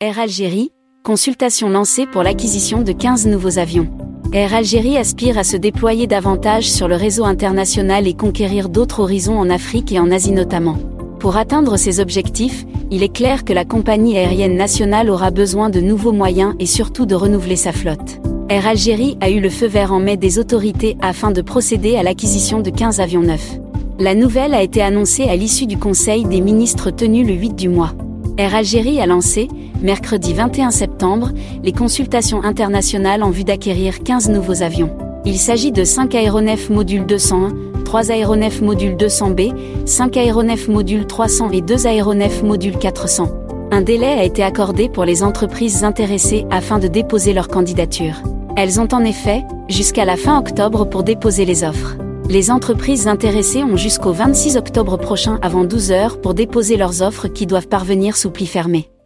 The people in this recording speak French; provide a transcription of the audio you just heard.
Air Algérie, consultation lancée pour l'acquisition de 15 nouveaux avions. Air Algérie aspire à se déployer davantage sur le réseau international et conquérir d'autres horizons en Afrique et en Asie notamment. Pour atteindre ces objectifs, il est clair que la compagnie aérienne nationale aura besoin de nouveaux moyens et surtout de renouveler sa flotte. Air Algérie a eu le feu vert en mai des autorités afin de procéder à l'acquisition de 15 avions neufs. La nouvelle a été annoncée à l'issue du Conseil des ministres tenu le 8 du mois. Air Algérie a lancé, mercredi 21 septembre, les consultations internationales en vue d'acquérir 15 nouveaux avions. Il s'agit de 5 aéronefs module 201, 3 aéronefs module 200B, 5 aéronefs module 300 et 2 aéronefs module 400. Un délai a été accordé pour les entreprises intéressées afin de déposer leur candidature. Elles ont en effet, jusqu'à la fin octobre pour déposer les offres. Les entreprises intéressées ont jusqu'au 26 octobre prochain avant 12 heures pour déposer leurs offres qui doivent parvenir sous pli fermé.